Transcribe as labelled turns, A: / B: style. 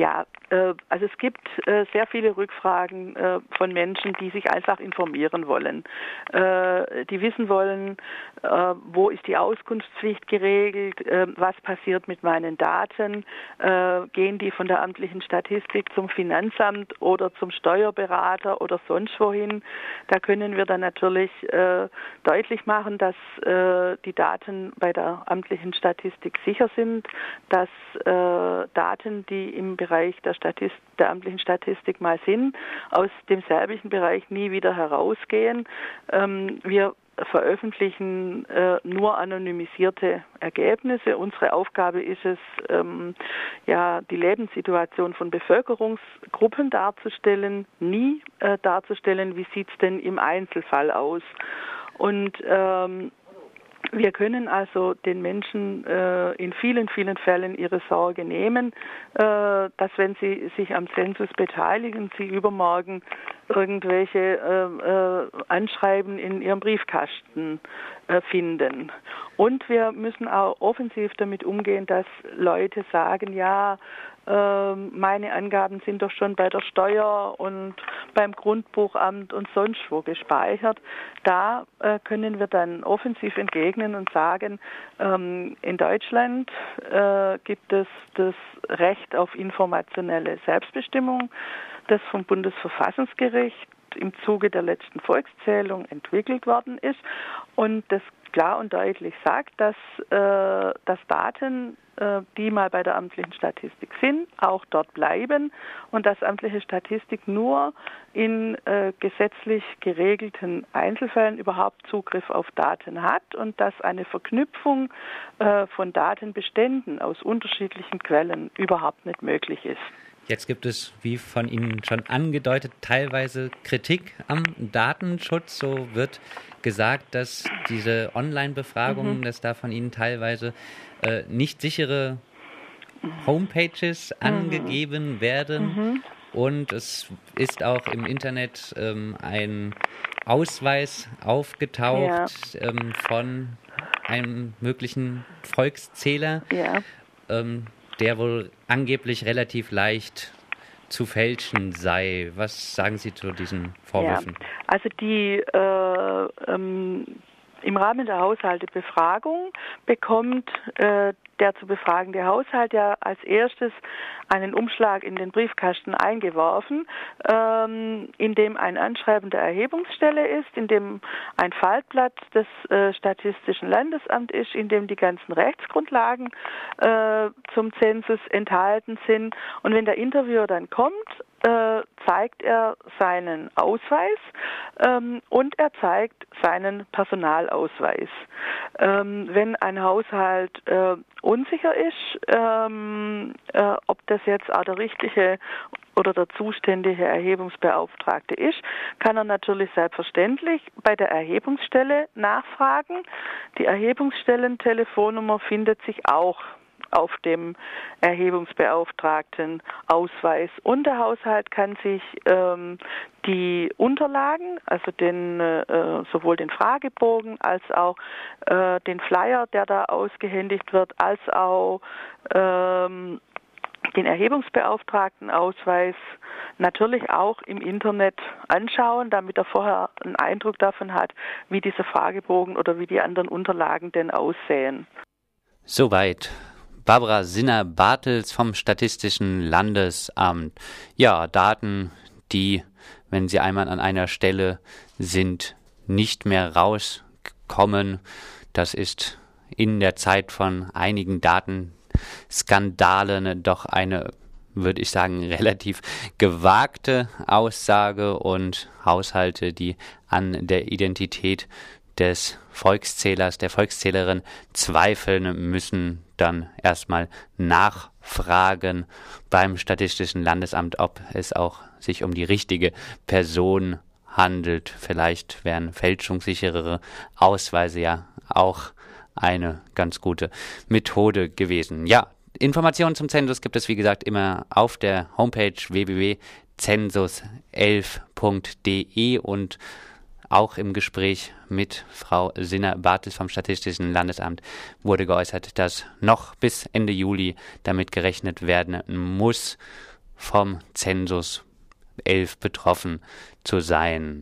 A: Ja, also es gibt sehr viele Rückfragen von Menschen, die sich einfach informieren wollen. Die wissen wollen, wo ist die Auskunftspflicht geregelt, was passiert mit meinen Daten, gehen die von der amtlichen Statistik zum Finanzamt oder zum Steuerberater oder sonst wohin. Da können wir dann natürlich deutlich machen, dass die Daten bei der amtlichen Statistik sicher sind, dass Daten, die im Bereich der amtlichen Statistik mal sind, aus demselben Bereich nie wieder herausgehen. Wir veröffentlichen nur anonymisierte Ergebnisse. Unsere Aufgabe ist es, die Lebenssituation von Bevölkerungsgruppen darzustellen, nie darzustellen, wie sieht es denn im Einzelfall aus. Und wir können also den Menschen in vielen, vielen Fällen ihre Sorge nehmen, dass wenn sie sich am Zensus beteiligen, sie übermorgen irgendwelche Anschreiben in ihrem Briefkasten finden. Und wir müssen auch offensiv damit umgehen, dass Leute sagen, ja, meine Angaben sind doch schon bei der Steuer und beim Grundbuchamt und sonst wo gespeichert. Da können wir dann offensiv entgegnen und sagen, in Deutschland gibt es das Recht auf informationelle Selbstbestimmung, das vom Bundesverfassungsgericht im Zuge der letzten Volkszählung entwickelt worden ist und das klar und deutlich sagt, dass Daten, die mal bei der amtlichen Statistik sind, auch dort bleiben und dass amtliche Statistik nur in gesetzlich geregelten Einzelfällen überhaupt Zugriff auf Daten hat und dass eine Verknüpfung von Datenbeständen aus unterschiedlichen Quellen überhaupt nicht möglich ist.
B: Jetzt gibt es, wie von Ihnen schon angedeutet, teilweise Kritik am Datenschutz. So wird gesagt, dass diese Online-Befragungen, dass da von Ihnen teilweise nicht sichere Homepages angegeben werden. Und es ist auch im Internet ein Ausweis aufgetaucht von einem möglichen Volkszähler. Ja. Der wohl angeblich relativ leicht zu fälschen sei. Was sagen Sie zu diesen Vorwürfen?
A: Ja, also im Rahmen der Haushaltebefragung bekommt der zu befragende Haushalt ja als erstes einen Umschlag in den Briefkasten eingeworfen, in dem ein Anschreiben der Erhebungsstelle ist, in dem ein Faltblatt des Statistischen Landesamts ist, in dem die ganzen Rechtsgrundlagen zum Zensus enthalten sind. Und wenn der Interviewer dann kommt, zeigt er seinen Ausweis und er zeigt seinen Personalausweis. Wenn ein Haushalt unsicher ist, ob das jetzt auch der richtige oder der zuständige Erhebungsbeauftragte ist, kann er natürlich selbstverständlich bei der Erhebungsstelle nachfragen. Die Erhebungsstellentelefonnummer findet sich auch auf dem Erhebungsbeauftragten Ausweis. Und der Haushalt kann sich die Unterlagen, also sowohl den Fragebogen als auch den Flyer, der da ausgehändigt wird, als auch den Erhebungsbeauftragtenausweis natürlich auch im Internet anschauen, damit er vorher einen Eindruck davon hat, wie dieser Fragebogen oder wie die anderen Unterlagen denn aussehen.
B: Soweit Barbara Sinner-Bartels vom Statistischen Landesamt. Ja, Daten, die, wenn sie einmal an einer Stelle sind, nicht mehr rauskommen. Das ist in der Zeit von einigen Datenskandalen doch eine, würde ich sagen, relativ gewagte Aussage, und Haushalte, die an der Identität des Volkszählers, der Volkszählerin zweifeln, müssen dann erstmal nachfragen beim Statistischen Landesamt, ob es auch sich um die richtige Person handelt. Vielleicht wären fälschungssicherere Ausweise ja auch eine ganz gute Methode gewesen. Ja, Informationen zum Zensus gibt es, wie gesagt, immer auf der Homepage www.census11.de und auch im Gespräch mit Frau Sinner-Bartels vom Statistischen Landesamt wurde geäußert, dass noch bis Ende Juli damit gerechnet werden muss, vom Zensus 11 betroffen zu sein.